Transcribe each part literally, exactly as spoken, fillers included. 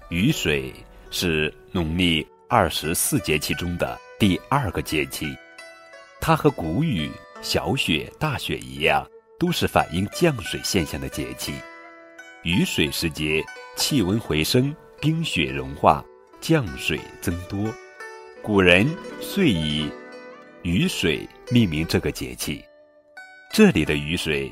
雨水是农历二十四节气中的第二个节气，它和谷雨、小雪、大雪一样，都是反映降水现象的节气。雨水时节，气温回升，冰雪融化，降水增多。古人遂以雨水命名这个节气。这里的雨水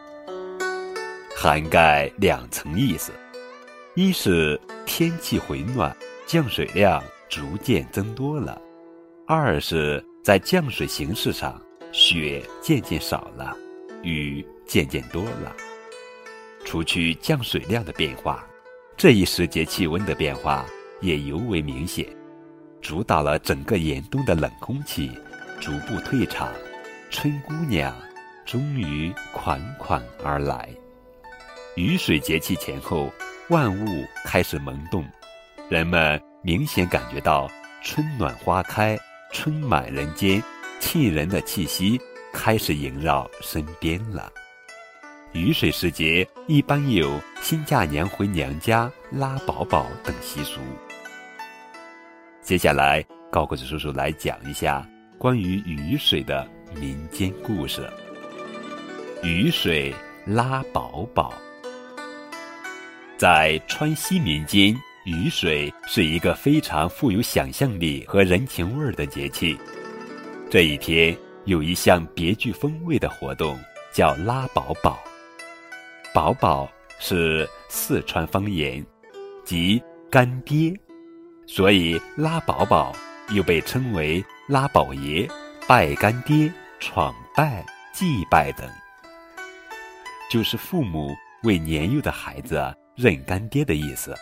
涵盖两层意思，一是天气回暖，降水量逐渐增多了；二是在降水形式上，雪渐渐少了，雨渐渐多了。除去降水量的变化，这一时节气温的变化也尤为明显，主导了整个严冬的冷空气逐步退场，春姑娘终于款款而来。雨水节气前后，万物开始萌动，人们明显感觉到春暖花开，春满人间，沁人的气息开始萦绕身边了。雨水时节一般有新嫁娘回娘家、拉宝宝等习俗。接下来高个子叔叔来讲一下关于雨水的民间故事。雨水拉宝宝。在川西民间，雨水是一个非常富有想象力和人情味儿的节气。这一天有一项别具风味的活动，叫拉宝宝。宝宝是四川方言，即干爹，所以拉宝宝又被称为拉宝爷、拜干爹、闯拜、祭拜等，就是父母为年幼的孩子认干爹的意思。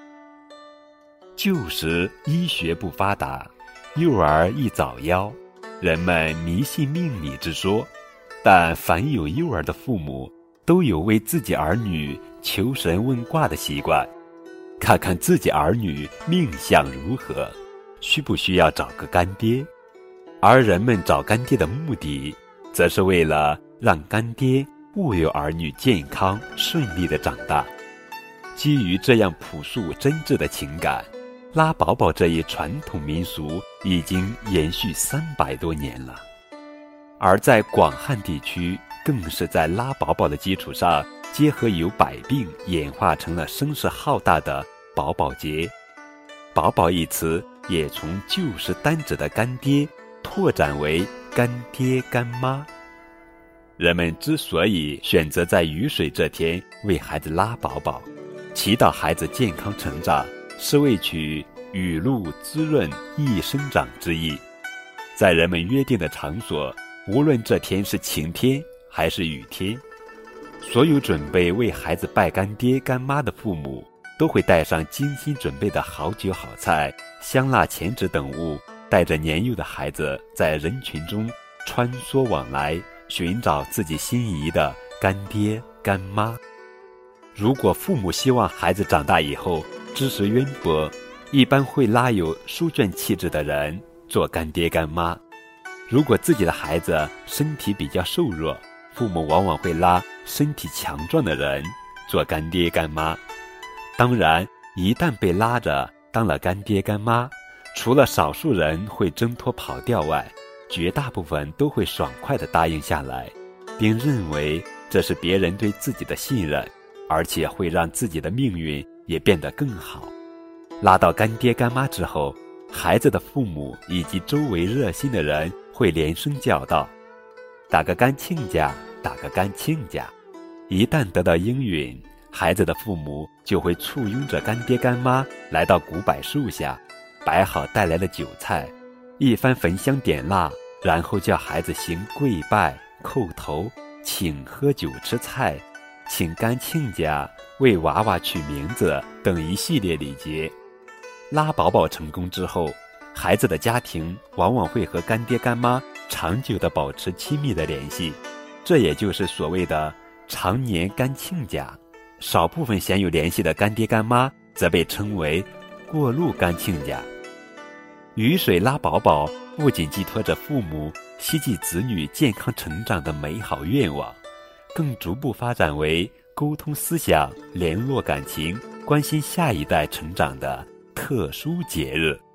旧时医学不发达，幼儿易早夭，人们迷信命理之说，但凡有幼儿的父母都有为自己儿女求神问卦的习惯，看看自己儿女命相如何，需不需要找个干爹。而人们找干爹的目的，则是为了让干爹护佑儿女健康顺利地长大。基于这样朴素真挚的情感，拉宝宝这一传统民俗已经延续三百多年了。而在广汉地区，更是在拉宝宝的基础上，结合有百病，演化成了声势浩大的宝宝节。宝宝一词也从旧时单指的干爹拓展为干爹干妈。人们之所以选择在雨水这天为孩子拉宝宝，祈祷孩子健康成长，是为取雨露滋润益生长之意。在人们约定的场所，无论这天是晴天还是雨天，所有准备为孩子拜干爹干妈的父母都会带上精心准备的好酒好菜、香辣钱纸等物，带着年幼的孩子在人群中穿梭往来，寻找自己心仪的干爹干妈。如果父母希望孩子长大以后知识渊博，一般会拉有书卷气质的人做干爹干妈。如果自己的孩子身体比较瘦弱，父母往往会拉身体强壮的人做干爹干妈。当然，一旦被拉着当了干爹干妈，除了少数人会挣脱跑掉外，绝大部分都会爽快地答应下来，并认为这是别人对自己的信任，而且会让自己的命运也变得更好。拉到干爹干妈之后，孩子的父母以及周围热心的人会连声叫道：打个干亲家，打个干亲家。一旦得到应允，孩子的父母就会簇拥着干爹干妈来到古柏树下，摆好带来的酒菜，一番焚香点蜡，然后叫孩子行跪拜、叩头、请喝酒吃菜、请干亲家为娃娃取名字等一系列礼节。拉宝宝成功之后，孩子的家庭往往会和干爹干妈长久地保持亲密的联系，这也就是所谓的常年干亲家。少部分鲜有联系的干爹干妈则被称为过路干亲家。雨水拉宝宝不仅寄托着父母希冀子女健康成长的美好愿望，更逐步发展为沟通思想、联络感情、 关心下一代成长的特殊节日。